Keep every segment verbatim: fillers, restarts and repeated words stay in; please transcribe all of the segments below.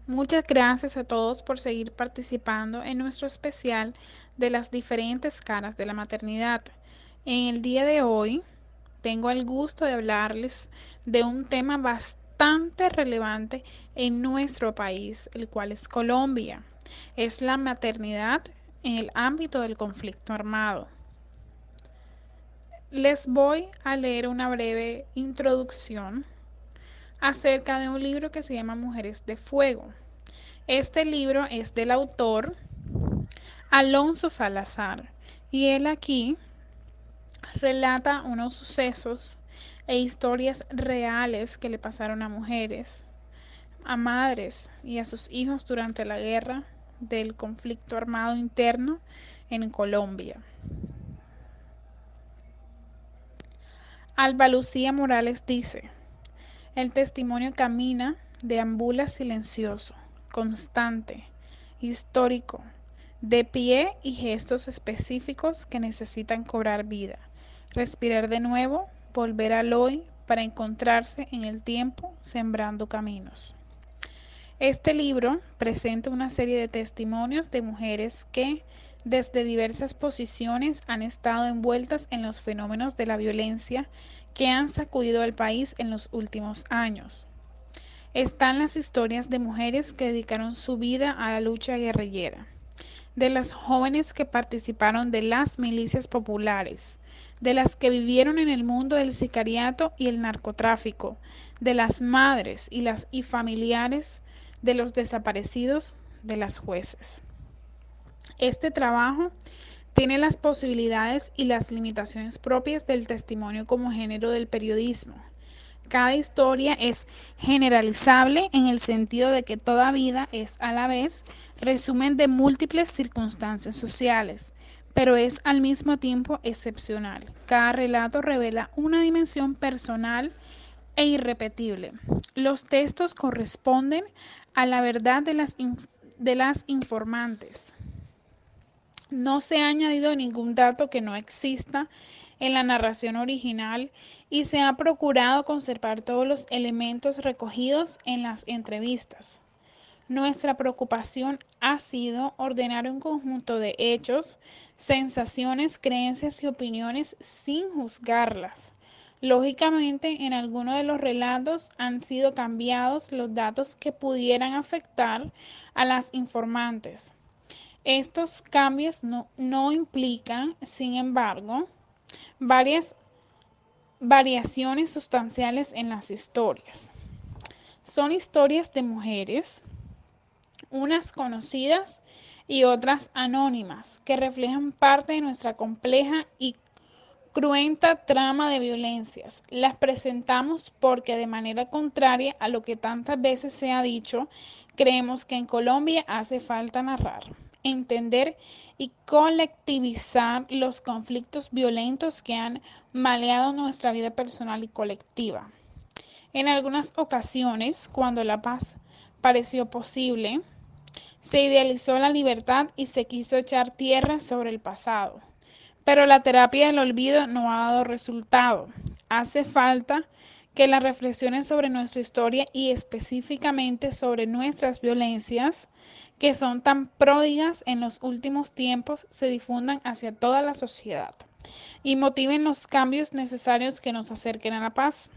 Muchas gracias a todos por seguir participando en nuestro especial de las diferentes caras de la maternidad. En el día de hoy tengo el gusto de hablarles de un tema bastante relevante en nuestro país, el cual es Colombia. Es la maternidad en el ámbito del conflicto armado. Les voy a leer una breve introducción acerca de un libro que se llama Mujeres de Fuego. Este libro es del autor Alonso Salazar y él aquí relata unos sucesos e historias reales que le pasaron a mujeres, a madres y a sus hijos durante la guerra del conflicto armado interno en Colombia. Alba Lucía Morales dice: el testimonio camina, deambula silencioso, constante, histórico, de pie y gestos específicos que necesitan cobrar vida, respirar de nuevo, volver al hoy para encontrarse en el tiempo sembrando caminos. Este libro presenta una serie de testimonios de mujeres que, desde diversas posiciones, han estado envueltas en los fenómenos de la violencia que han sacudido al país en los últimos años. Están las historias de mujeres que dedicaron su vida a la lucha guerrillera, de las jóvenes que participaron de las milicias populares, de las que vivieron en el mundo del sicariato y el narcotráfico, de las madres y las y familiares de los desaparecidos, de las jueces. Este trabajo tiene las posibilidades y las limitaciones propias del testimonio como género del periodismo. Cada historia es generalizable en el sentido de que toda vida es a la vez resumen de múltiples circunstancias sociales, pero es al mismo tiempo excepcional. Cada relato revela una dimensión personal e irrepetible. Los textos corresponden a la verdad de las, de las informantes. No se ha añadido ningún dato que no exista en la narración original y se ha procurado conservar todos los elementos recogidos en las entrevistas. Nuestra preocupación ha sido ordenar un conjunto de hechos, sensaciones, creencias y opiniones sin juzgarlas. Lógicamente, en algunos de los relatos han sido cambiados los datos que pudieran afectar a las informantes. Estos cambios no, no implican, sin embargo, varias variaciones sustanciales en las historias. Son historias de mujeres, unas conocidas y otras anónimas, que reflejan parte de nuestra compleja y cruenta trama de violencias. Las presentamos porque, de manera contraria a lo que tantas veces se ha dicho, creemos que en Colombia hace falta narrar, entender y colectivizar los conflictos violentos que han maleado nuestra vida personal y colectiva. En algunas ocasiones, cuando la paz pareció posible, se idealizó la libertad y se quiso echar tierra sobre el pasado. Pero la terapia del olvido no ha dado resultado. Hace falta que las reflexiones sobre nuestra historia y específicamente sobre nuestras violencias, que son tan pródigas en los últimos tiempos, se difundan hacia toda la sociedad y motiven los cambios necesarios que nos acerquen a la paz.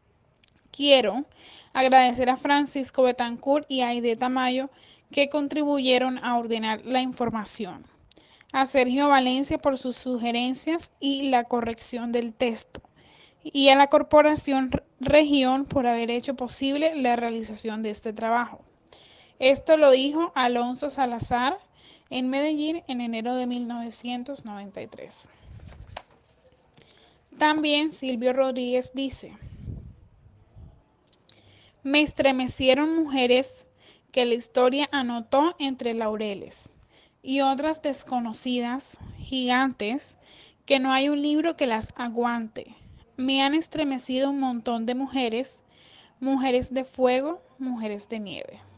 Quiero agradecer a Francisco Betancourt y a Aide Tamayo que contribuyeron a ordenar la información, a Sergio Valencia por sus sugerencias y la corrección del texto, y a la Corporación Región por haber hecho posible la realización de este trabajo. Esto lo dijo Alonso Salazar en Medellín en enero de mil novecientos noventa y tres. También Silvio Rodríguez dice: me estremecieron mujeres que la historia anotó entre laureles y otras desconocidas, gigantes, que no hay un libro que las aguante. Me han estremecido un montón de mujeres, mujeres de fuego, mujeres de nieve.